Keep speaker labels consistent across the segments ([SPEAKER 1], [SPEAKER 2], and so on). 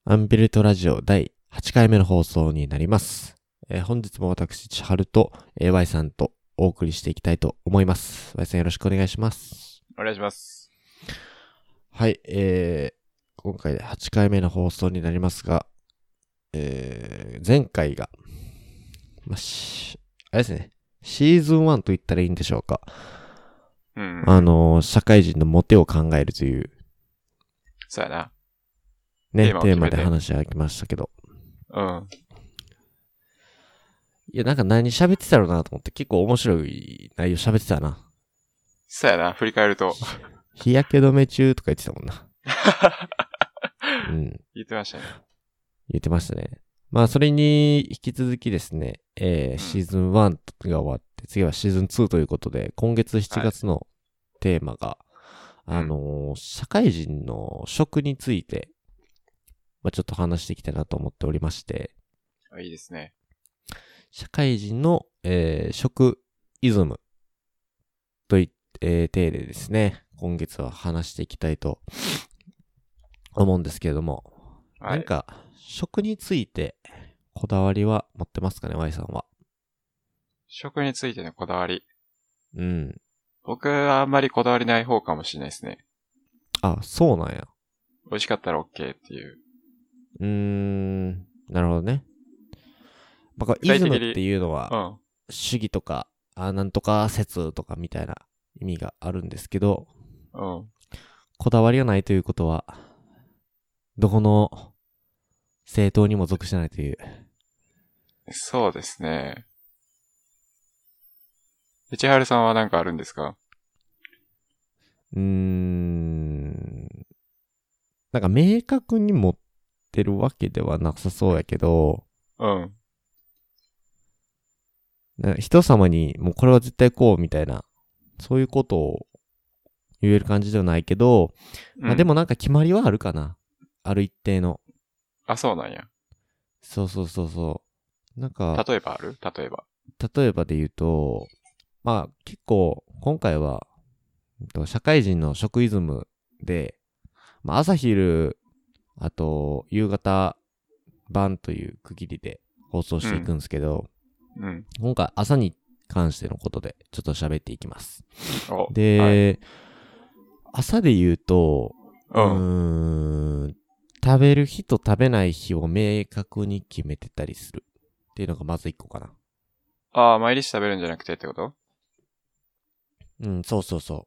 [SPEAKER 1] アンビルトラジオ第8回目の放送になります。本日も私、千春と Y さんとお送りしていきたいと思います。Y さんよろしくお願いします。
[SPEAKER 2] お願いします。
[SPEAKER 1] はい、今回で8回目の放送になりますが、前回が、あれですね、シーズン1と言ったらいいんでしょうか。社会人のモテを考えるという、
[SPEAKER 2] そうやな。
[SPEAKER 1] ね、テーマで話し合いましたけど。
[SPEAKER 2] うん。
[SPEAKER 1] いや、なんか何喋ってたろうなと思って結構面白い内容喋ってたな。
[SPEAKER 2] そうやな、振り返ると。
[SPEAKER 1] 日焼け止め中とか言ってたもんな。うん。
[SPEAKER 2] 言ってましたね。
[SPEAKER 1] 言ってましたね。まあ、それに引き続きですね、シーズン1が終わって、次はシーズン2ということで、今月7月のテーマが、社会人の食について、まあ、ちょっと話していきたいなと思っておりまして。
[SPEAKER 2] いいですね。
[SPEAKER 1] 社会人の、食イズムといって、体でですね、今月は話していきたいと思うんですけれども、はい、なんか、食についてこだわりは持ってますかね、Y さんは。
[SPEAKER 2] 食についてのこだわり。
[SPEAKER 1] うん。
[SPEAKER 2] 僕はあんまりこだわりない方かもしれないですね。
[SPEAKER 1] あ、そうなんや。
[SPEAKER 2] 美味しかったら OK っていう。
[SPEAKER 1] なるほどね。まあ、イズムっていうのは、主義とか、なんとか説とかみたいな意味があるんですけど、こだわりがないということは、どこの政党にも属してないという。
[SPEAKER 2] そうですね。千春さんは何かあるんですか？
[SPEAKER 1] なんか明確に持ってるわけではなさそうやけど、人様にもうこれは絶対こうみたいな、そういうことを言える感じではないけど、まあでもなんか決まりはあるかな。ある一定の。
[SPEAKER 2] あ、そうなんや。
[SPEAKER 1] そう。なんか、
[SPEAKER 2] 例えばある？
[SPEAKER 1] 例えばで言うと、まあ結構今回は、社会人の食イズムで、まあ朝昼、あと夕方晩という区切りで放送していくんですけど、今回朝に関してのことでちょっと喋っていきます。で、朝で言うと、食べる日と食べない日を明確に決めてたりするっていうのがまず一個かな。
[SPEAKER 2] ああ、毎日食べるんじゃなくてってこと？
[SPEAKER 1] そう。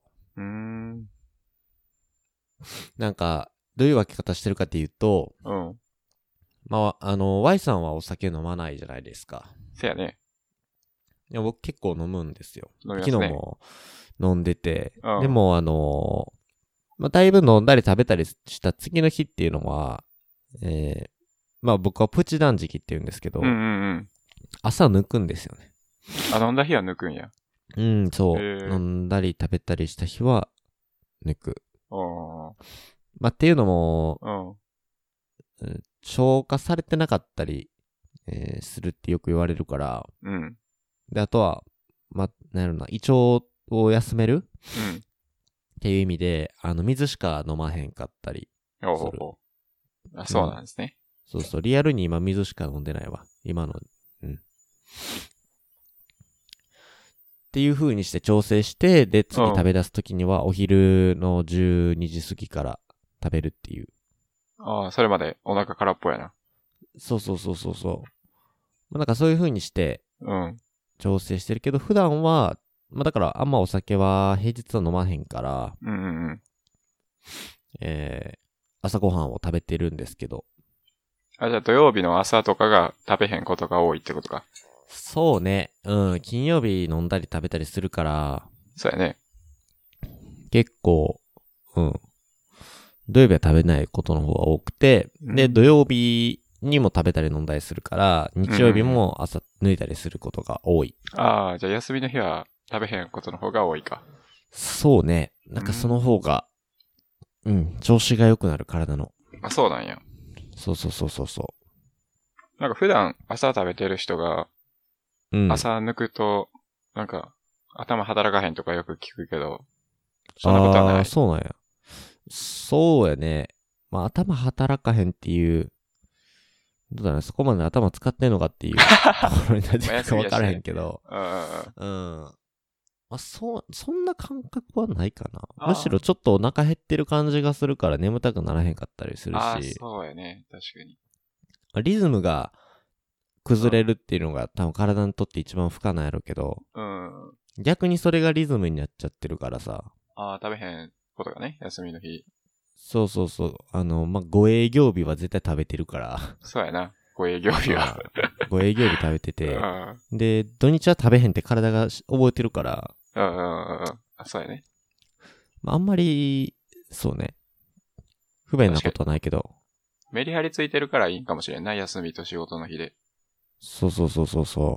[SPEAKER 1] なんか、どういう分け方してるかっていうと、まあ、Y さんはお酒飲まないじゃないですか。
[SPEAKER 2] せやね。
[SPEAKER 1] いや、僕結構飲むんですよ。
[SPEAKER 2] 飲みますね。
[SPEAKER 1] 昨日も飲んでて、でもまあ、だいぶ飲んだり食べたりした次の日っていうのは、まあ僕はプチ断食って言うんですけど、朝抜くんですよね。
[SPEAKER 2] あ、飲んだ日は抜くんや。
[SPEAKER 1] そう。飲んだり食べたりした日は抜く。まあっていうのも、消化されてなかったり、するってよく言われるから、で、あとは、まあ、なんやろな、胃腸を休めるっていう意味で、水しか飲まへんかったりする。
[SPEAKER 2] あ、そうなんですね。
[SPEAKER 1] そう、リアルに今水しか飲んでないわ。今の。っていう風にして調整して、で、次食べ出すときにはお昼の12時過ぎから食べるっていう。
[SPEAKER 2] ああ、それまでお腹空っぽやな。
[SPEAKER 1] そう。まあ、なんかそういう風にして、調整してるけど、普段は、まあだからあんまお酒は平日は飲まへんから、朝ごはんを食べてるんですけど。
[SPEAKER 2] あ、じゃあ土曜日の朝とかが食べへんことが多いってことか。
[SPEAKER 1] そうね。金曜日飲んだり食べたりするから。
[SPEAKER 2] そうやね。
[SPEAKER 1] 結構、土曜日は食べないことの方が多くて、で、土曜日にも食べたり飲んだりするから、日曜日も朝抜いたりすることが多い。
[SPEAKER 2] ああ、じゃあ休みの日は食べへんことの方が多いか。
[SPEAKER 1] そうね。なんかその方が、調子が良くなる体の。
[SPEAKER 2] あ、そうなんや。
[SPEAKER 1] そう。
[SPEAKER 2] なんか普段朝食べてる人が、朝抜くと、なんか頭働かへんとかよく聞くけど、そんなことはない。
[SPEAKER 1] そうなんや。そうやね。まあ頭働かへんっていうどうだろう、そこまで頭使ってんのかっていうところになってるか分からへんけど。うん。まあ、そんな感覚はないかな。むしろちょっとお腹減ってる感じがするから眠たくならへんかったりするし。
[SPEAKER 2] そうやね。確かに。
[SPEAKER 1] リズムが崩れるっていうのが多分体にとって一番負荷なんやろうけど。逆にそれがリズムになっちゃってるからさ。
[SPEAKER 2] 食べへんことがね、休みの日。
[SPEAKER 1] そうそうそう。まあ、ご営業日は絶対食べてるから。
[SPEAKER 2] そうやな。ご営業日は。
[SPEAKER 1] ご営業日食べてて。で、土日は食べへんって体が覚えてるから。
[SPEAKER 2] そうやね。
[SPEAKER 1] あんまり、そうね。不便なことはないけど。
[SPEAKER 2] メリハリついてるからいいんかもしれんない。休みと仕事の日で。
[SPEAKER 1] そう。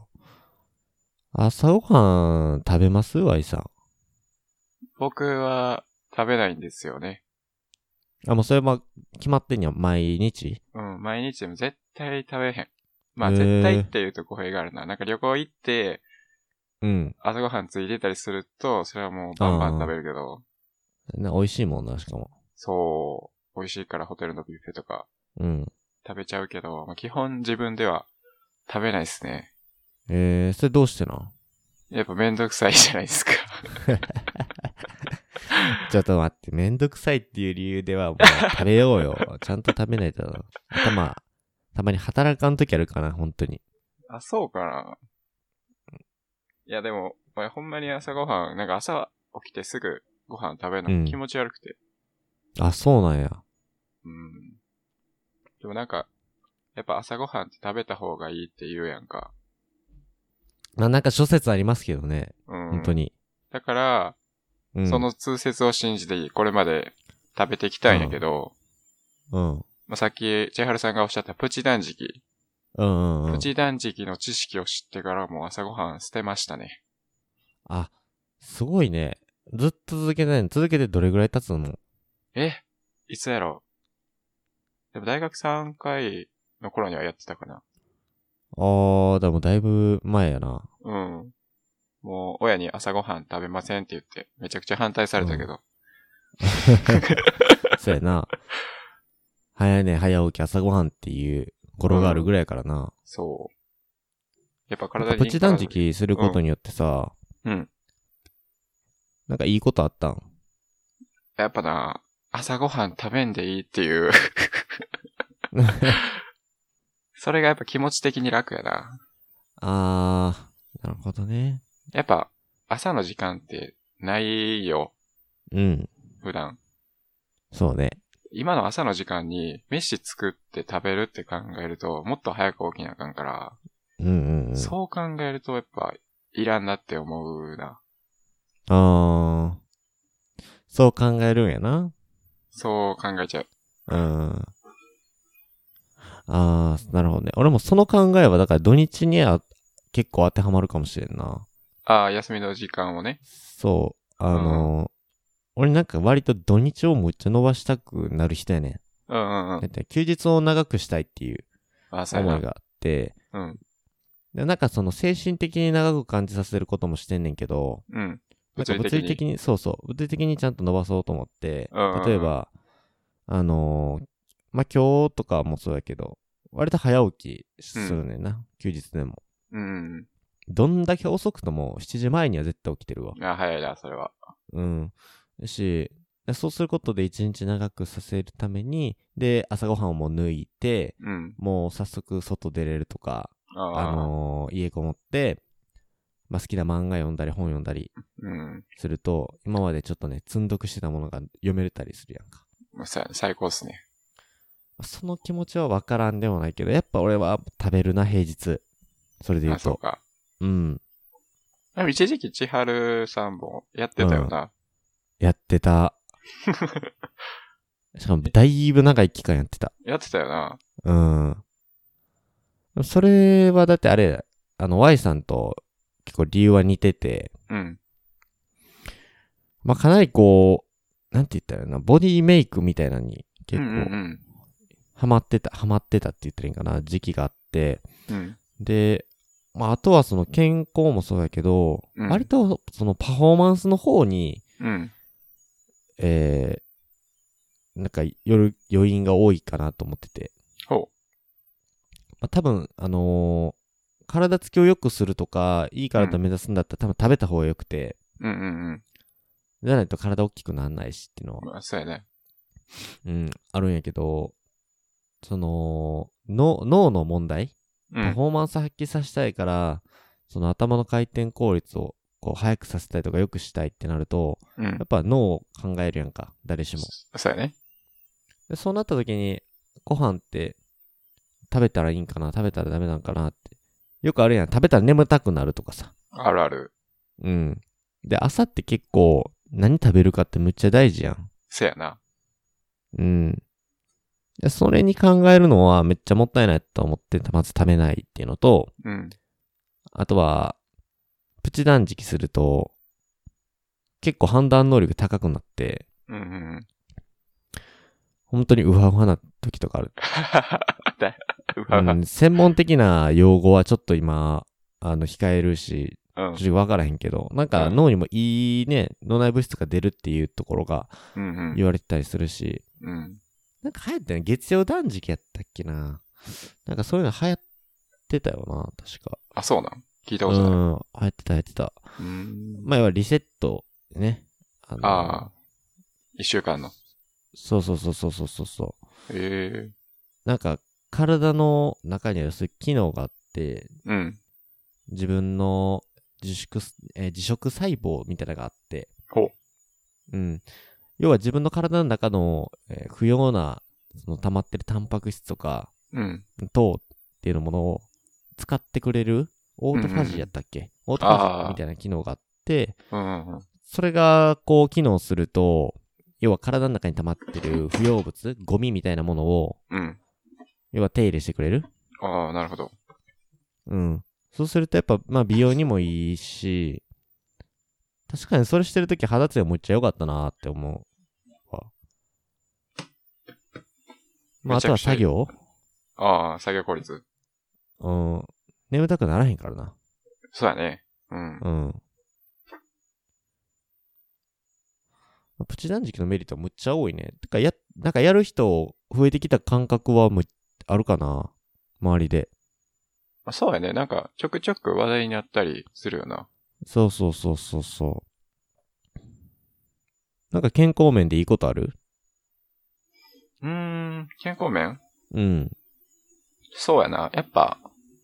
[SPEAKER 1] 朝ごはん食べますワイさん。
[SPEAKER 2] 僕は食べないんですよね。
[SPEAKER 1] もうそれは決まってんや、毎日？
[SPEAKER 2] 毎日でも絶対食べへん。まあ絶対って言うと語弊があるな。なんか旅行行って、朝ごはんついてたりすると、それはもうバンバン食べるけど。
[SPEAKER 1] 美味しいもんな、しかも。
[SPEAKER 2] そう。美味しいからホテルのビュッフェとか。食べちゃうけど、まあ、基本自分では食べないっすね。
[SPEAKER 1] それどうしてな？
[SPEAKER 2] やっぱめんどくさいじゃないですか。
[SPEAKER 1] ちょっと待って、めんどくさいっていう理由ではもう食べようよ。ちゃんと食べないと。たまに働かんときあるかな、本当に。
[SPEAKER 2] そうかな。いやでも、ほんまに朝ごはん、なんか朝起きてすぐご飯食べるの気持ち悪くて。
[SPEAKER 1] そうなんや。
[SPEAKER 2] でもなんか、やっぱ朝ごはんって食べた方がいいって言うやんか。
[SPEAKER 1] なんか諸説ありますけどね。本当に。
[SPEAKER 2] だから、その通説を信じてこれまで食べてきたんやけど、さっき千春さんがおっしゃったプチ断食。プチ断食の知識を知ってからもう朝ごはん捨てましたね。
[SPEAKER 1] すごいね。ずっと続けてないの？続けてどれぐらい経つの？
[SPEAKER 2] いつやろう。でも大学3回の頃にはやってたかな。
[SPEAKER 1] でもだいぶ前やな。
[SPEAKER 2] もう親に朝ごはん食べませんって言ってめちゃくちゃ反対されたけど。
[SPEAKER 1] そうやな。早寝早起き朝ごはんっていう語呂があるぐらいやからな。
[SPEAKER 2] そう。やっぱ体に。
[SPEAKER 1] プチ断食することによってさ、なんかいいことあったん？
[SPEAKER 2] やっぱな、朝ごはん食べんでいいっていう。それがやっぱ気持ち的に楽やな。
[SPEAKER 1] なるほどね。
[SPEAKER 2] やっぱ朝の時間ってないよ。普段。
[SPEAKER 1] そうね。
[SPEAKER 2] 今の朝の時間に飯作って食べるって考えるともっと早く起きなあかんから。そう考えるとやっぱいらんなって思うな。
[SPEAKER 1] そう考えるんやな。
[SPEAKER 2] そう考えちゃう。
[SPEAKER 1] なるほどね。俺もその考えはだから土日には結構当てはまるかもしれんな。
[SPEAKER 2] 休みの時間をね。
[SPEAKER 1] そう。俺なんか割と土日をむっちゃ伸ばしたくなる人やねん。休日を長くしたいっていう思いがあって、でなんかその精神的に長く感じさせることもしてんねんけど、なんか物理的に、物理的にちゃんと伸ばそうと思って、例えば、まあ、今日とかもそうやけど、割と早起きするねんな、休日でも。どんだけ遅くとも7時前には絶対起きてるわ。
[SPEAKER 2] 早いな、それは。
[SPEAKER 1] そうすることで一日長くさせるために、で、朝ごはんをもう抜いて、もう早速外出れるとか、家こもって、好きな漫画読んだり本読んだりすると、今までちょっとね、積んどくしてたものが読めれたりするやんか。
[SPEAKER 2] 最高っすね。
[SPEAKER 1] その気持ちはわからんでもないけど、やっぱ俺は食べるな、平日。それで言うと。
[SPEAKER 2] そうか。でも一時期千春さんもやってたよな。
[SPEAKER 1] やってた。しかも、だいぶ長い期間やってた。
[SPEAKER 2] やってたよな。
[SPEAKER 1] それはだってあれ、Y さんと結構理由は似てて、かなりこう、なんて言ったらいいの、ボディメイクみたいなのに結構、ハマってたって言ったらいいんかな、時期があって、で、あとはその健康もそうやけど、割とそのパフォーマンスの方に、なんか余韻が多いかなと思ってて。 多分、体つきを良くするとか、いい体目指すんだったら多分食べた方が良くて。
[SPEAKER 2] うんうんうん。
[SPEAKER 1] じゃないと体大きくならないしっていうのは。
[SPEAKER 2] まあ、そうやね。
[SPEAKER 1] うん、あるんやけど、脳の問題、パフォーマンス発揮させたいから、その頭の回転効率をこう早くさせたいとか良くしたいってなると、やっぱ脳を考えるやんか、誰しも。
[SPEAKER 2] そうやね。
[SPEAKER 1] でそうなった時に、ご飯って食べたらいいんかな、食べたらダメなんかなって。よくあるやん、食べたら眠たくなるとかさ。
[SPEAKER 2] あるある。
[SPEAKER 1] うん。で、朝って結構何食べるかってむっちゃ大事やん。
[SPEAKER 2] せやな。
[SPEAKER 1] うん。でそれに考えるのはめっちゃもったいないと思って、まず食べないっていうのと、
[SPEAKER 2] うん。
[SPEAKER 1] あとは、プチ断食すると、結構判断能力高くなって、
[SPEAKER 2] うんうん。
[SPEAKER 1] 本当にウハウハな時とかある。
[SPEAKER 2] うわ
[SPEAKER 1] 専門的な用語はちょっと今、控えるし、
[SPEAKER 2] うん。
[SPEAKER 1] 正直わからへんけど、なんか脳にもいいね、脳内物質が出るっていうところが言われてたりするし、
[SPEAKER 2] うん。
[SPEAKER 1] なんか流行ったよね。月曜断食やったっけな。なんかそういうの流行ってたよな、確か。
[SPEAKER 2] あ、そうなん聞いたことない。
[SPEAKER 1] 流行ってた。まあ、要はリセットね。
[SPEAKER 2] ああ。一週間の。
[SPEAKER 1] そう。なんか、体の中にはそういう機能があって、
[SPEAKER 2] うん。
[SPEAKER 1] 自分の自食細胞みたいなのがあって、
[SPEAKER 2] ほ
[SPEAKER 1] う。要は自分の体の中の、不要な、その溜まってるタンパク質とか、糖っていうものを使ってくれる、オートファジーやったっけ、オートファジーみたいな機能があって、それがこう機能すると、要は体の中に溜まってる不要物、ゴミみたいなものを、要は手入れしてくれる。
[SPEAKER 2] ああ、なるほど。
[SPEAKER 1] そうするとやっぱ、まあ美容にもいいし、確かにそれしてるとき肌ツヤめっちゃ良かったなーって思うわ。まああとは作業？
[SPEAKER 2] ああ、作業効率。
[SPEAKER 1] 眠たくならへんからな。
[SPEAKER 2] そうだね。うん。
[SPEAKER 1] プチ断食のメリットむっちゃ多いね。てかなんかやる人増えてきた感覚はあるかな、周りで。
[SPEAKER 2] そうやね。なんか、ちょくちょく話題になったりするよな。
[SPEAKER 1] そう。なんか健康面でいいことある？
[SPEAKER 2] 健康面？
[SPEAKER 1] うん。
[SPEAKER 2] そうやな。やっぱ、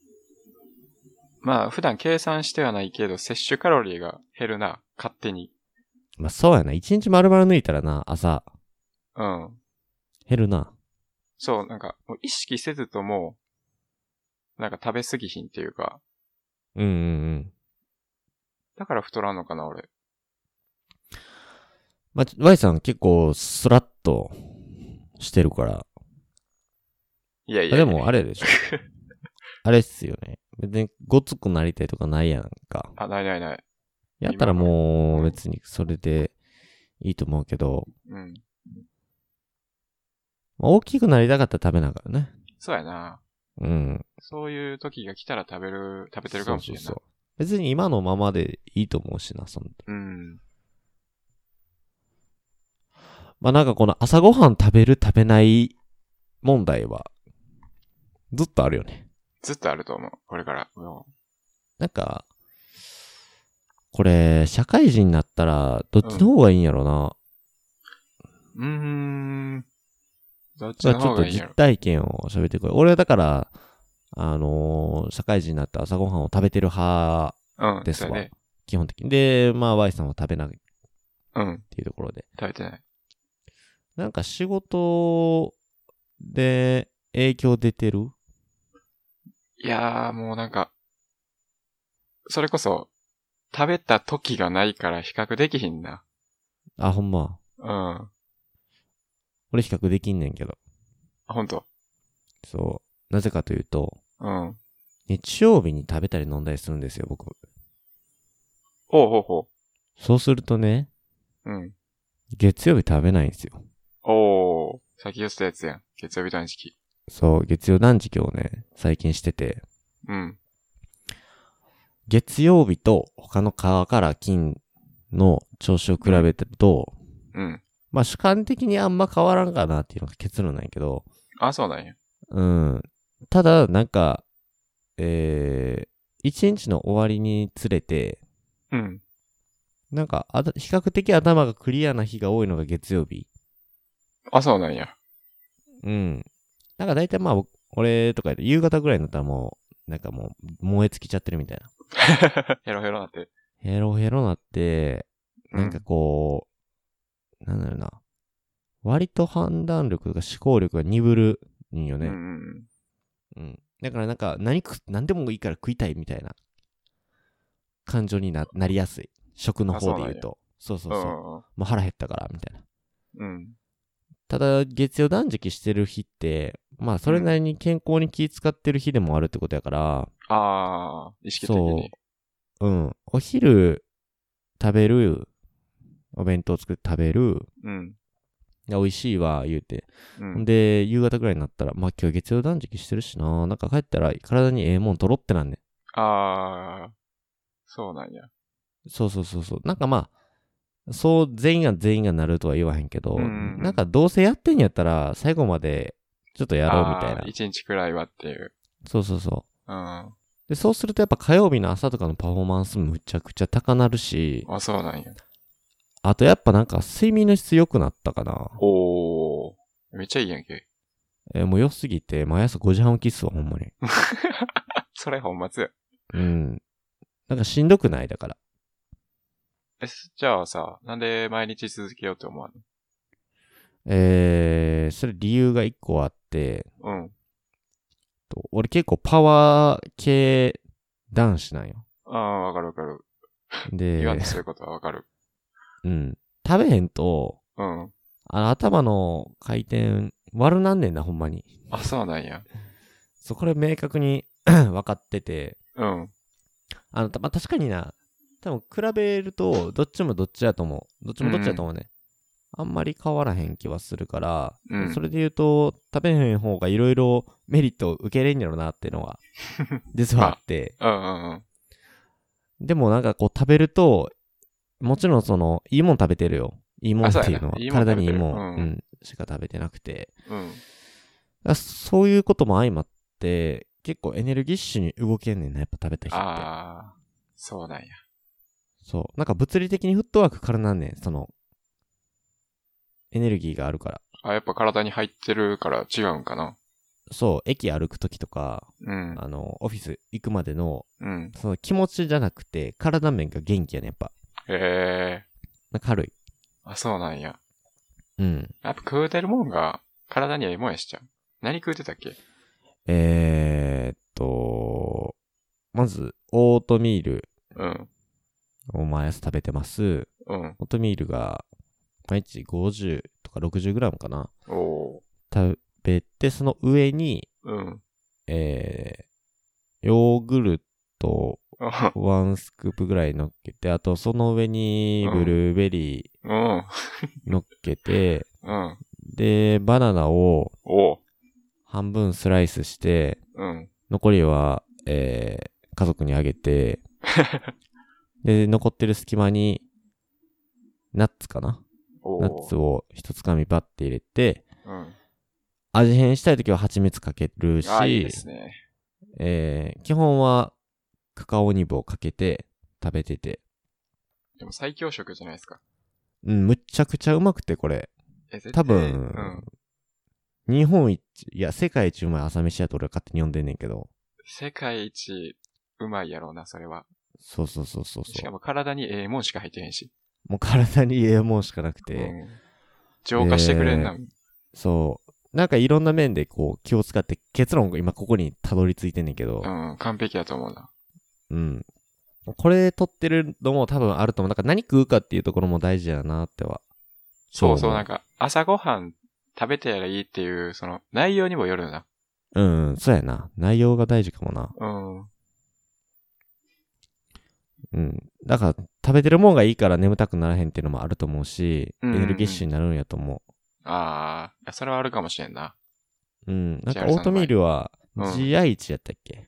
[SPEAKER 2] まあ、普段計算してはないけど、摂取カロリーが減るな。勝手に。
[SPEAKER 1] まあそうやな。一日丸々抜いたらな、朝。
[SPEAKER 2] うん。
[SPEAKER 1] 減るな。
[SPEAKER 2] そう、なんか、もう意識せずとも、なんか食べ過ぎひんっていうか。だから太らんのかな、俺。
[SPEAKER 1] まあ、Y さん結構スラッとしてるから。
[SPEAKER 2] いや。
[SPEAKER 1] でもあれでしょ。あれっすよね。別にごつくなりたいとかないやんか。
[SPEAKER 2] ない。
[SPEAKER 1] やったらもう別にそれでいいと思うけど。大きくなりたかったら食べながらね。
[SPEAKER 2] そうやな。そういう時が来たら食べてるかもしれない。そう。
[SPEAKER 1] 別に今のままでいいと思うしな、まあなんかこの朝ごはん食べる食べない問題はずっとあるよね。
[SPEAKER 2] ずっとあると思う。これから。
[SPEAKER 1] なんか、これ、社会人になったら、どっちの方がいいんやろな。
[SPEAKER 2] どっちの方がいいんやろ。
[SPEAKER 1] ちょっと実体験を喋ってくれ。俺はだから、社会人になって朝ごはんを食べてる派ですわ。基本的に。で、まあ、Y さんは食べない。っていうところで。
[SPEAKER 2] 食べてない。
[SPEAKER 1] なんか仕事で影響出てる？
[SPEAKER 2] いやー、もうなんか、それこそ、食べた時がないから比較できひんな。
[SPEAKER 1] あ、ほんま。俺比較できんねんけど。
[SPEAKER 2] あ、ほんと。
[SPEAKER 1] そう。なぜかというと、日曜日に食べたり飲んだりするんですよ、僕。
[SPEAKER 2] ほう。
[SPEAKER 1] そうするとね、月曜日食べないんですよ。
[SPEAKER 2] 先言ったやつやん。月曜日断食。
[SPEAKER 1] そう、月曜断食をね、最近してて。月曜日と他の皮から金の調子を比べてると、まあ主観的にあんま変わらんかなっていうのが結論なんやけど。
[SPEAKER 2] あ、そうなんや。
[SPEAKER 1] ただ、なんか、一日の終わりにつれて、
[SPEAKER 2] うん。
[SPEAKER 1] なんか、比較的頭がクリアな日が多いのが月曜日。
[SPEAKER 2] あ、そうなんや。
[SPEAKER 1] うん。なんか大体まあ、俺とかで夕方ぐらいになったらもう、なんかもう、燃え尽きちゃってるみたいな。
[SPEAKER 2] ヘロヘロなって。
[SPEAKER 1] ヘロヘロなって、なんかこう、なんだろうな。割と判断力とか思考力が鈍るんよね。うん。だからなんか、何でもいいから食いたいみたいな感情になりやすい。食の方で言うと。そうそうそう。もう腹減ったから、みたいな。
[SPEAKER 2] うん。
[SPEAKER 1] ただ、月曜断食してる日って、まあ、それなりに健康に気使ってる日でもあるってことやから。
[SPEAKER 2] ああ、意識的に。
[SPEAKER 1] そう。うん。お昼食べる、お弁当作って食べる。
[SPEAKER 2] うん。
[SPEAKER 1] 美味しいわ、言うて。で、夕方ぐらいになったら、まあ今日月曜断食してるしな。なんか帰ったら体にええもん取ろってなんねん。
[SPEAKER 2] ああ、そうなんや。
[SPEAKER 1] そうそうそうそう。なんかまあ、そう全員がなるとは言わへんけど、なんかどうせやってんやったら最後までちょっとやろうみたいな。
[SPEAKER 2] 一日くらいはっていう。
[SPEAKER 1] そうそうそ
[SPEAKER 2] う。うん。
[SPEAKER 1] で、そうするとやっぱ火曜日の朝とかのパフォーマンスむちゃくちゃ高なるし。
[SPEAKER 2] あ、そうなんや。
[SPEAKER 1] あとやっぱなんか睡眠の質良くなったかな。
[SPEAKER 2] おー。めっちゃいいやんけ。
[SPEAKER 1] もう良すぎて、毎朝5時半起きっすわ、ほんまに。
[SPEAKER 2] それ本末や。
[SPEAKER 1] うん。なんかしんどくないだから。
[SPEAKER 2] じゃあさ、なんで毎日続けようと思わんの？
[SPEAKER 1] それ理由が一個あって、
[SPEAKER 2] うん。
[SPEAKER 1] 俺結構パワー系男子なんよ。
[SPEAKER 2] ああ、わかるわかる。
[SPEAKER 1] で、
[SPEAKER 2] 言わんとすることはわかる。
[SPEAKER 1] うん。食べへんと、
[SPEAKER 2] うん。
[SPEAKER 1] 頭の回転悪なんねんな、ほんまに。
[SPEAKER 2] あ、そうなんや。
[SPEAKER 1] そう、これ明確に分かってて。
[SPEAKER 2] うん。
[SPEAKER 1] まあ、確かにな、多分比べると、どっちもどっちやと思う。どっちもどっちやと思うね。あんまり変わらへん気はするから、それで言うと、食べへん方がいろいろメリットを受けれんやろなっていうのが、実はあって。でもなんかこう食べると、もちろんその、いいもん食べてるよ。いいもんっていうのは、体にいいもん、しか食べてなくて。そういうことも相まって、結構エネルギッシュに動けんねんな、やっぱ食べた日って。
[SPEAKER 2] ああ、そうなんや。
[SPEAKER 1] そう。なんか物理的にフットワークからなんねん、その、エネルギーがあるから。
[SPEAKER 2] あ、やっぱ体に入ってるから違うんかな。
[SPEAKER 1] そう、駅歩くときとか、オフィス行くまでの、その気持ちじゃなくて、体面が元気やね、やっぱ。
[SPEAKER 2] へ
[SPEAKER 1] え。軽い。
[SPEAKER 2] あ、そうなんや。
[SPEAKER 1] うん。
[SPEAKER 2] やっぱ食うてるもんが、体にええもんやしちゃう。何食うてたっけ？
[SPEAKER 1] まず、オートミール。
[SPEAKER 2] うん。
[SPEAKER 1] を毎朝食べてます。
[SPEAKER 2] うん。
[SPEAKER 1] オートミールが、毎日50とか60グラムかな。食べて、その上に、ヨーグルト、1スクープぐらい乗っけて、あとその上にブルーベリー乗っけて、で、バナナを半分スライスして、残りは、家族にあげて、で、残ってる隙間に、ナッツかな？ナッツを一つかみバッて入れて、味変したいときは蜂蜜かけるし、
[SPEAKER 2] いいですね。
[SPEAKER 1] 基本はカカオニブをかけて食べてて。
[SPEAKER 2] でも最強食じゃないですか。
[SPEAKER 1] うん、むっちゃくちゃうまくて、これ。多分、日本一、いや、世界一うまい朝飯やと俺は勝手に呼んでんねんけど。
[SPEAKER 2] 世界一うまいやろうな、それは。
[SPEAKER 1] そうそうそうそう。
[SPEAKER 2] しかも体にええもんしか入ってへんし。
[SPEAKER 1] もう体にええもんしかなくて。
[SPEAKER 2] 浄化してくれんな。
[SPEAKER 1] そう。なんかいろんな面でこう気を使って結論が今ここにたどり着いてんねんけど。
[SPEAKER 2] 完璧やと思うな。
[SPEAKER 1] うん。これ撮ってるのも多分あると思う。なんか何食うかっていうところも大事だなっては。
[SPEAKER 2] そうそう、なんか朝ごはん食べてやらいいっていう、その内容にもよるな。
[SPEAKER 1] うん、そうやな。内容が大事かもな。うん。だから食べてるもんがいいから眠たくならへんっていうのもあると思うし、エネルギッシュになるんやと思う。
[SPEAKER 2] ああ、それはあるかもしれんな。
[SPEAKER 1] うん。なんかオートミールは GI 値やったっけ？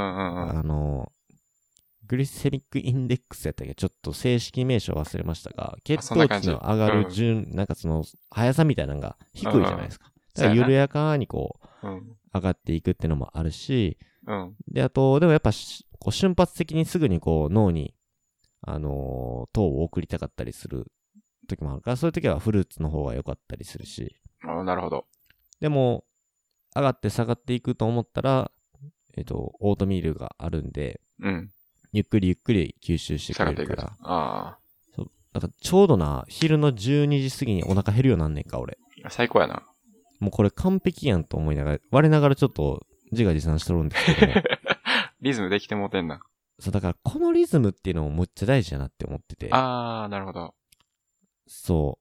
[SPEAKER 1] グリセミックインデックスやったっけ？ちょっと正式名称忘れましたが、血糖値の上がるなんかその速さみたいなのが低いじゃないですか。だから緩やかにこう、 上がっていくっていうのもあるし、
[SPEAKER 2] うん。
[SPEAKER 1] で、あと、でもやっぱこう瞬発的にすぐにこう脳に、糖を送りたかったりする時もあるから、そういう時はフルーツの方が良かったりするし。
[SPEAKER 2] なるほど。
[SPEAKER 1] でも、上がって下がっていくと思ったら、オートミールがあるんで、
[SPEAKER 2] うん。
[SPEAKER 1] ゆっくりゆっくり吸収してくれるから。
[SPEAKER 2] ああ。
[SPEAKER 1] そう。だからちょうどな、昼の12時過ぎにお腹減るようなんねんか、俺。
[SPEAKER 2] 最高やな。
[SPEAKER 1] もうこれ完璧やんと思いながら、我ながらちょっと自画自賛しとるんですけども。
[SPEAKER 2] リズムできてもうてんな。
[SPEAKER 1] そう、だからこのリズムっていうのもむっちゃ大事だなって思ってて。
[SPEAKER 2] あー、なるほど。
[SPEAKER 1] そう。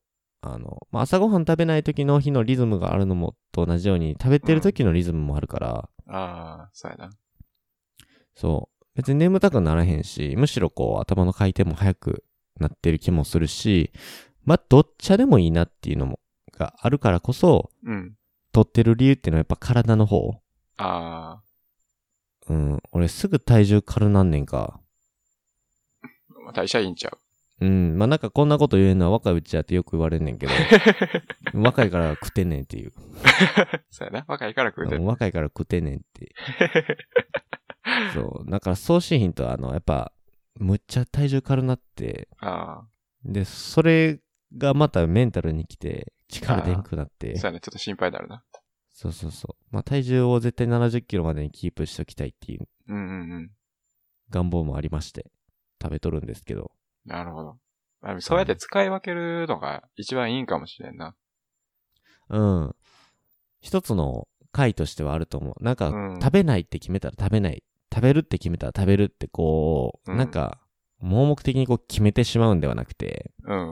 [SPEAKER 1] まあ、朝ごはん食べない時の日のリズムがあるのもと同じように、食べてる時のリズムもあるから。
[SPEAKER 2] あー、そうやな。
[SPEAKER 1] そう。別に眠たくならへんし、むしろこう頭の回転も速くなってる気もするし、まあ、どっちでもいいなっていうのも、があるからこそ、取ってる理由っていうのはやっぱ体の方。
[SPEAKER 2] あ
[SPEAKER 1] うん。俺すぐ体重軽なんねんか。
[SPEAKER 2] 代謝いいんちゃう。
[SPEAKER 1] うん。まあ、なんかこんなこと言えるのは若いうちやってよく言われんねんけど、若いから食ってんねんっていう。
[SPEAKER 2] そうやな。若いから食うてんねん。
[SPEAKER 1] 若いから食ってんねんって。そう。だから送信品とやっぱ、むっちゃ体重軽なって、で、それがまたメンタルに来て、力出んくなって。
[SPEAKER 2] そうやね。ちょっと心配になるな。
[SPEAKER 1] そうそうそう。まあ、体重を絶対70キロまでにキープしときたいっていう、願望もありまして、食べとるんですけど。
[SPEAKER 2] なるほど。そうやって使い分けるのが一番いいんかもしれんな。
[SPEAKER 1] うん。一つの回としてはあると思う。なんか、食べないって決めたら食べない。食べるって決めたら食べるってこう、なんか、盲目的にこう決めてしまうんではなくて、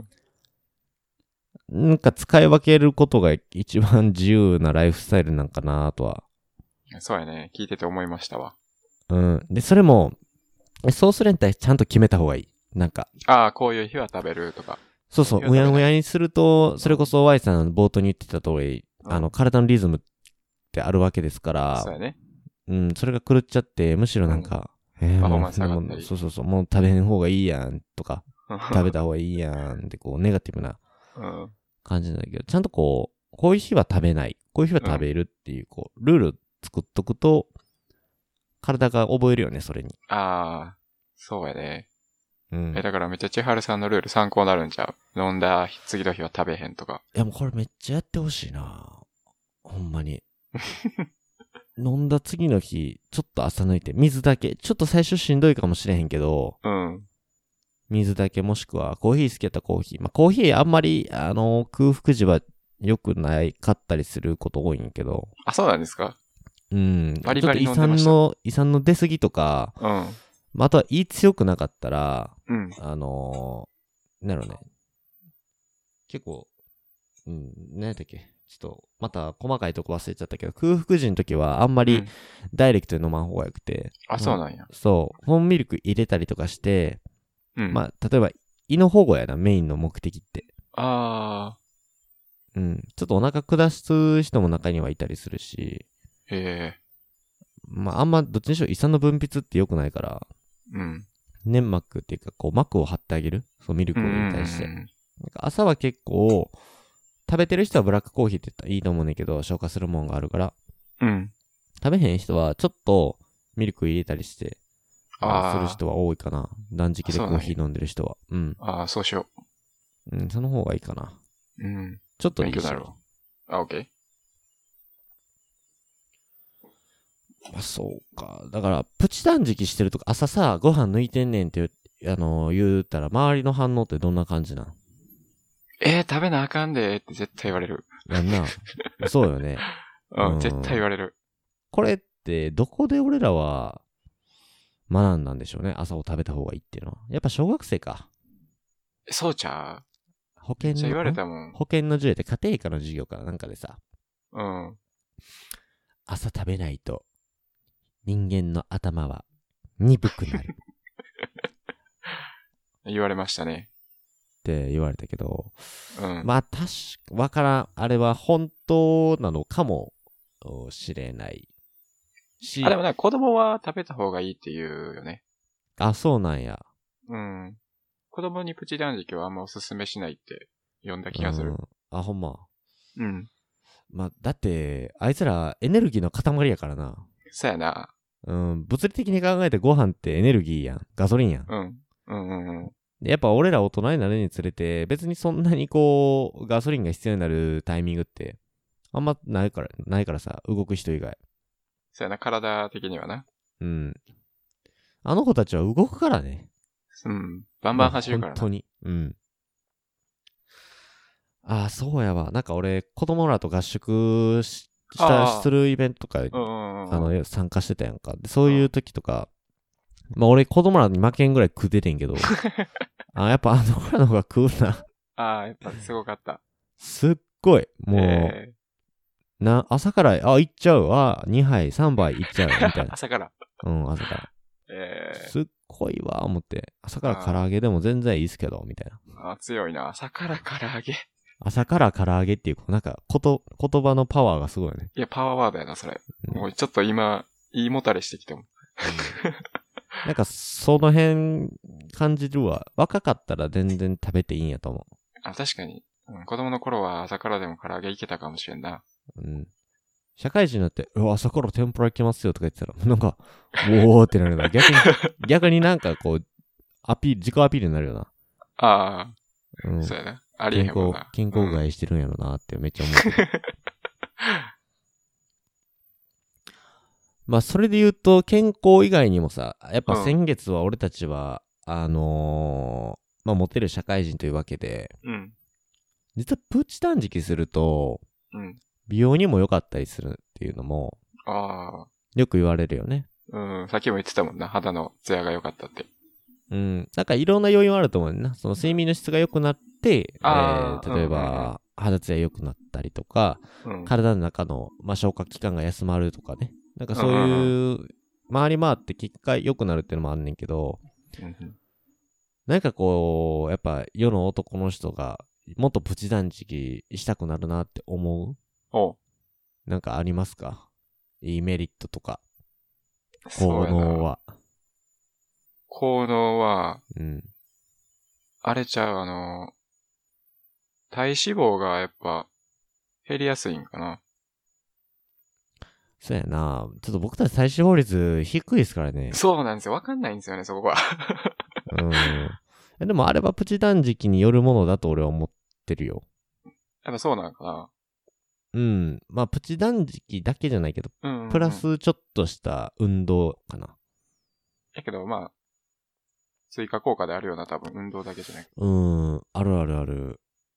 [SPEAKER 1] なんか使い分けることが一番自由なライフスタイルなんかなとは。
[SPEAKER 2] そうやね。聞いてて思いましたわ。
[SPEAKER 1] うん。で、それも、そうするんだったらちゃんと決めた方がいい。なんか。
[SPEAKER 2] こういう日は食べるとか。
[SPEAKER 1] そうそう。うやうやにすると、それこそ Y さん冒頭に言ってた通り、体のリズムってあるわけですから。
[SPEAKER 2] そうやね。
[SPEAKER 1] うん、それが狂っちゃって、むしろなんか、
[SPEAKER 2] パフォーマンス上がったり。
[SPEAKER 1] そうそうそう、もう食べへん方がいいやんとか、食べた方がいいやんって、こう、ネガティブな感じなんだけど、ちゃんとこういう日は食べない、こういう日は食べるっていう、こう、ルール作っとくと、体が覚えるよね、それに。
[SPEAKER 2] そうやね。
[SPEAKER 1] うん。
[SPEAKER 2] だからめっちゃ千春さんのルール参考になるんちゃう？飲んだ次の日は食べへんとか。
[SPEAKER 1] いや、もうこれめっちゃやってほしいなほんまに。飲んだ次の日、ちょっと朝抜いて、水だけ。ちょっと最初しんどいかもしれへんけど、水だけもしくはコーヒー好きやったらコーヒー。まあ、コーヒーあんまり、空腹時は良くないかったりすること多いんやけど。
[SPEAKER 2] そうなんですか？
[SPEAKER 1] うん。
[SPEAKER 2] バリバリ飲んでました。
[SPEAKER 1] 胃酸の出過ぎとか、まあ、あとは胃強くなかったら、なんやろね。結構、何やったっけ？ちょっと、また細かいとこ忘れちゃったけど、空腹時の時はあんまりダイレクトに飲まん方がよくて。
[SPEAKER 2] そうなんや。
[SPEAKER 1] そう。フォームミルク入れたりとかして、まあ、例えば、胃の保護やな、メインの目的って。ちょっとお腹下す人も中にはいたりするし。まあ、あんま、どっちにしろ胃酸の分泌って良くないから。粘膜っていうか、こう、膜を張ってあげる。そう、ミルクに対して。朝は結構、食べてる人はブラックコーヒーって言ったらいいと思うねんけど、消化するもんがあるから。食べへん人は、ちょっと、ミルク入れたりして、する人は多いかな。断食でコーヒー飲んでる人は。
[SPEAKER 2] そうしよ
[SPEAKER 1] う。その方がいいかな。ちょっといいし。
[SPEAKER 2] 勉強になるわ。OK。
[SPEAKER 1] そうか。だから、プチ断食してるとか、朝さ、ご飯抜いてんねんって言うたら、周りの反応ってどんな感じなん？
[SPEAKER 2] 食べなあかんでって絶対言われる。
[SPEAKER 1] やんな。そうよね。
[SPEAKER 2] 絶対言われる。
[SPEAKER 1] これって、どこで俺らは、学んだんでしょうね。朝を食べた方がいいっていうのは。やっぱ小学生か。
[SPEAKER 2] そうちゃう？
[SPEAKER 1] 保険の、
[SPEAKER 2] 言われたもん。
[SPEAKER 1] 保険の授業って家庭科の授業かなんかでさ。朝食べないと、人間の頭は鈍くなる。
[SPEAKER 2] 言われましたね。
[SPEAKER 1] って言われたけど、まあわからん、あれは本当なのかもしれないし。
[SPEAKER 2] でもね、子供は食べた方がいいって言うよね。
[SPEAKER 1] そうなんや。
[SPEAKER 2] 子供にプチ断食はあんまおすすめしないって読んだ気がする。
[SPEAKER 1] ほんま。 まあ、だって、あいつらエネルギーの塊やからな。
[SPEAKER 2] そうやな。
[SPEAKER 1] うん、物理的に考えてご飯ってエネルギーやん。ガソリンやん。
[SPEAKER 2] うん。うんうんうん。
[SPEAKER 1] やっぱ俺ら大人になるにつれて、別にそんなにこう、ガソリンが必要になるタイミングって、あんまないからさ、動く人以外。
[SPEAKER 2] そうやな、体的にはな。
[SPEAKER 1] うん。あの子たちは動くからね。
[SPEAKER 2] うん。バンバン走るからな。
[SPEAKER 1] 本当に。うん。ああ、そうやわ。なんか俺、子供らと合宿するイベントとか、参加してたやんか。でそういう時とか、まあ俺子供らに負けんぐらい食っててんけど、やっぱあの子らの方が食うな。
[SPEAKER 2] やっぱすごかった。
[SPEAKER 1] すっごい。もう、朝から、行っちゃう。2杯、3杯行っちゃう。みたいな。
[SPEAKER 2] 朝から。
[SPEAKER 1] うん、朝から。すっごいわ、思って。朝から唐揚げでも全然いいっすけど、みたい
[SPEAKER 2] な。強いな。朝から唐揚げ。
[SPEAKER 1] 朝から唐揚げっていう、なんか、言葉のパワーがすごいよね。
[SPEAKER 2] いや、パワーワードやな、それ。もうちょっと今、いいもたれしてきても。
[SPEAKER 1] なんか、その辺、感じるわ。若かったら全然食べていいんやと思う。
[SPEAKER 2] 確かに。子供の頃は朝からでも唐揚げいけたかもしれんな。
[SPEAKER 1] うん。社会人になって、朝から天ぷらいけますよとか言ってたら、なんか、おーってなるな。逆になんかこう、自己アピールになるよな。
[SPEAKER 2] うん。そうやな。ありえへんもんな。
[SPEAKER 1] 健康害してるんやろなってめっちゃ思う。まあ、それで言うと、健康以外にもさ、やっぱ先月は俺たちは、まあ、モテる社会人というわけで、実はプチ断食すると、美容にも良かったりするっていうのも、よく言われるよね。
[SPEAKER 2] さっきも言ってたもんな、肌のツヤが良かったって。
[SPEAKER 1] なんかいろんな要因はあると思うねんな。その睡眠の質が良くなって、例えば、肌ツヤ良くなったりとか、体の中の、消化器官が休まるとかね。なんかそういう、回り回って結果良くなるっていうのもあんねんけど、なんかこう、やっぱ世の男の人が、もっとプチ断食したくなるなって思う？なんかありますか？いいメリットとか。効能は。
[SPEAKER 2] 効能は、あれちゃう、体脂肪がやっぱ減りやすいんかな。
[SPEAKER 1] そうやな。ちょっと僕たち体脂肪率低いですからね。
[SPEAKER 2] そうなんですよ。わかんないんですよね、そこは。
[SPEAKER 1] でもあれはプチ断食によるものだと俺は思ってるよ。
[SPEAKER 2] やっぱそうなのか
[SPEAKER 1] な。まあプチ断食だけじゃないけど、プラスちょっとした運動かな。
[SPEAKER 2] やけどまあ、追加効果であるような多分運動だけじゃない。
[SPEAKER 1] あるあるある。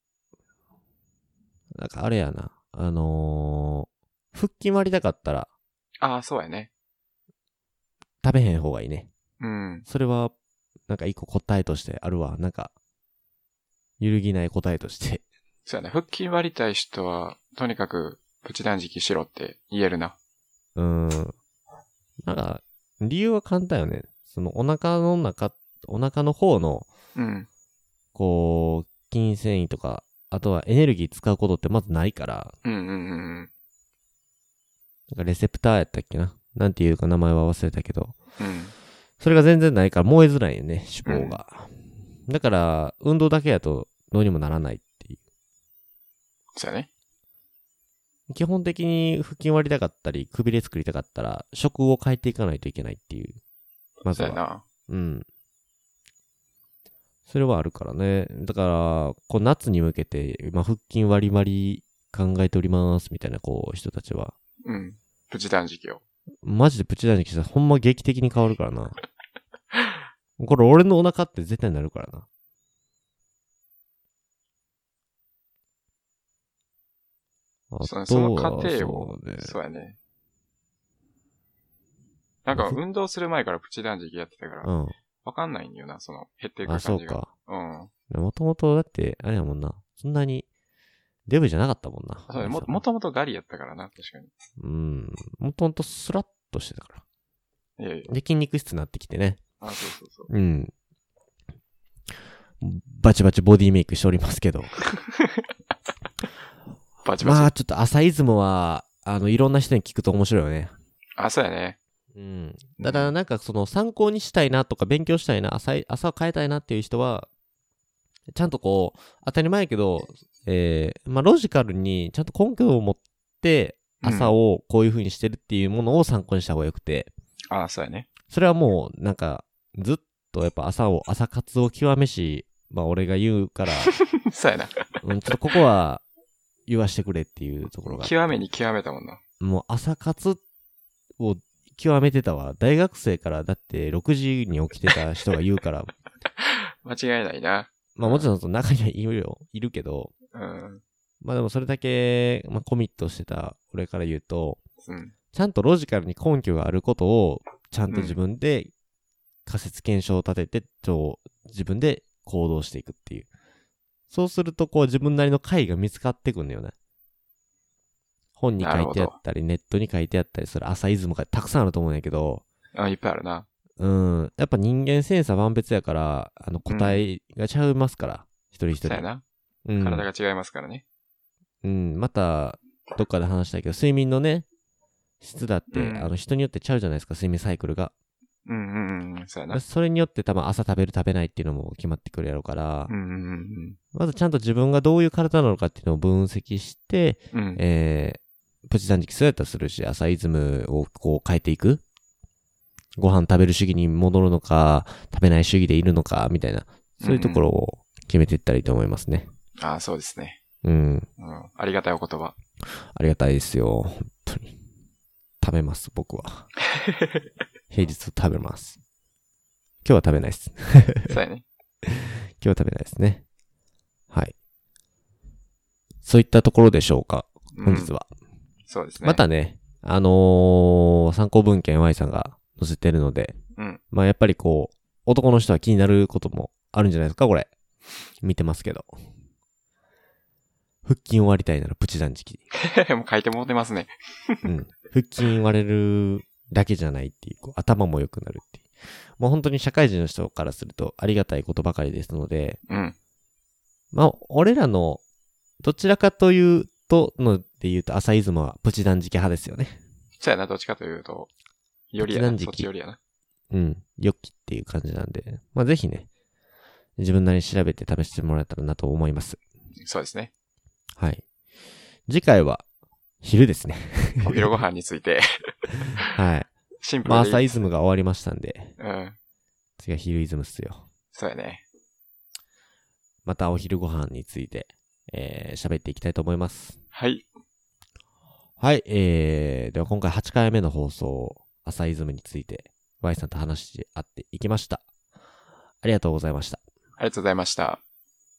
[SPEAKER 1] なんかあれやな。腹筋割りたかったら。
[SPEAKER 2] そうやね。
[SPEAKER 1] 食べへん方がいいね。
[SPEAKER 2] そ
[SPEAKER 1] れは、なんか一個答えとしてあるわ。なんか、揺るぎない答えとして。
[SPEAKER 2] そうやね。腹筋割りたい人は、とにかく、プチ断食しろって言えるな。
[SPEAKER 1] なんか、理由は簡単よね。そのお腹の方の、こう、筋繊維とか、あとはエネルギー使うことってまずないから。なんかレセプターやったっけな。なんていうか名前は忘れたけど。それが全然ないから燃えづらいよね、脂肪が。だから、運動だけやとどうにもならないっていう。
[SPEAKER 2] そうやね。
[SPEAKER 1] 基本的に腹筋割りたかったり、くびれ作りたかったら、食を変えていかないといけないっていう。まずは。
[SPEAKER 2] そうや
[SPEAKER 1] な。それはあるからね。だから、こう夏に向けて、腹筋割り割り考えておりますみたいな、こう、人たちは。
[SPEAKER 2] プチ断食を。
[SPEAKER 1] マジでプチ断食したらほんま劇的に変わるからな。これ俺のお腹って絶対になるからな。
[SPEAKER 2] その過程を、そうやね。なんか運動する前からプチ断食やってたから、わかんないんよな、その減っていく感じが。
[SPEAKER 1] そうか。もともとだって、あれやもんな。そんなに、デブじゃなかったもんな。
[SPEAKER 2] そうね。もともとガリやったからな、確かに。
[SPEAKER 1] もともとスラッとしてたから。で、筋肉質になってきてね。
[SPEAKER 2] そう。
[SPEAKER 1] バチバチボディメイクしておりますけど。
[SPEAKER 2] バチバチ。
[SPEAKER 1] まあ、ちょっと朝イズムは、いろんな人に聞くと面白いよね。
[SPEAKER 2] そうやね。
[SPEAKER 1] だからなんかその参考にしたいなとか勉強したいな、朝を変えたいなっていう人は、ちゃんとこう、当たり前やけど、ロジカルにちゃんと根拠を持っ 、朝をこういう風にしてるっていうものを参考にした方がよくて。
[SPEAKER 2] ああ、そうやね。
[SPEAKER 1] それはもう、なんか、ずっとやっぱ朝活を極めし、まあ俺が言うから。
[SPEAKER 2] そうやな。
[SPEAKER 1] ちょっとここは言わしてくれっていうところが。
[SPEAKER 2] 極めに極めたもんな。
[SPEAKER 1] もう朝活を極めてたわ。大学生からだって6時に起きてた人が言うから。
[SPEAKER 2] 間違いないな。
[SPEAKER 1] まあもちろんその中にはいるけど。
[SPEAKER 2] うん。
[SPEAKER 1] まあでもそれだけ、まあ、コミットしてた俺から言うと、
[SPEAKER 2] うん、
[SPEAKER 1] ちゃんとロジカルに根拠があることをちゃんと自分で仮説検証を立てて、自分で行動していくっていう。そうするとこう自分なりの解が見つかってくんだよね。本に書いてあったり、ネットに書いてあったりする朝イズムがたくさんあると思うんやけど。
[SPEAKER 2] あ、いっぱいあるな。
[SPEAKER 1] やっぱ人間千差万別やから、答えがちゃいますから、一人一人。
[SPEAKER 2] そうやな。体が違いますからね。
[SPEAKER 1] また、どっかで話したいけど、睡眠のね、質だって、人によってちゃうじゃないですか、睡眠サイクルが。
[SPEAKER 2] そうやな。
[SPEAKER 1] それによって多分朝食べる食べないっていうのも決まってくるやろうから、まずちゃんと自分がどういう体なのかっていうのを分析して、プチ断食そうやったらするし、朝イズムをこう変えていく。ご飯食べる主義に戻るのか、食べない主義でいるのか、みたいな。そういうところを決めていったらいいと思いますね。
[SPEAKER 2] ああ、そうですね。ありがたいお言葉。
[SPEAKER 1] ありがたいですよ。本当に。食べます、僕は。平日食べます。今日は食べないです。
[SPEAKER 2] そうやね。
[SPEAKER 1] 今日は食べないですね。はい。そういったところでしょうか、本日は。
[SPEAKER 2] そうですね。
[SPEAKER 1] またね、参考文献 Y さんが載せてるので、まあやっぱりこう、男の人は気になることもあるんじゃないですか、これ。見てますけど。腹筋を割りたいならプチ断食。
[SPEAKER 2] もう書いてもらってますね。
[SPEAKER 1] 腹筋割れるだけじゃないっていう、頭も良くなるっていう。もう本当に社会人の人からするとありがたいことばかりですので、まあ、俺らの、どちらかというと、で言うと、朝イズムはプチ断食派ですよね。
[SPEAKER 2] そうやな、どっちかというと、よりやな、そっちよりやな。
[SPEAKER 1] 良きっていう感じなんで、まあぜひね、自分なりに調べて試してもらえたらなと思います。
[SPEAKER 2] そうですね。
[SPEAKER 1] はい。次回は、昼ですね。
[SPEAKER 2] お昼ご飯について。
[SPEAKER 1] はい。
[SPEAKER 2] シンプルでいい。
[SPEAKER 1] まあ朝イズムが終わりましたんで。次は昼イズムっすよ。
[SPEAKER 2] そうやね。
[SPEAKER 1] またお昼ご飯について、喋っていきたいと思います。
[SPEAKER 2] はい。
[SPEAKER 1] はい、では今回8回目の放送、朝イズムについて、Y さんと話し合っていきました。ありがとうございました。
[SPEAKER 2] ありがとうございました。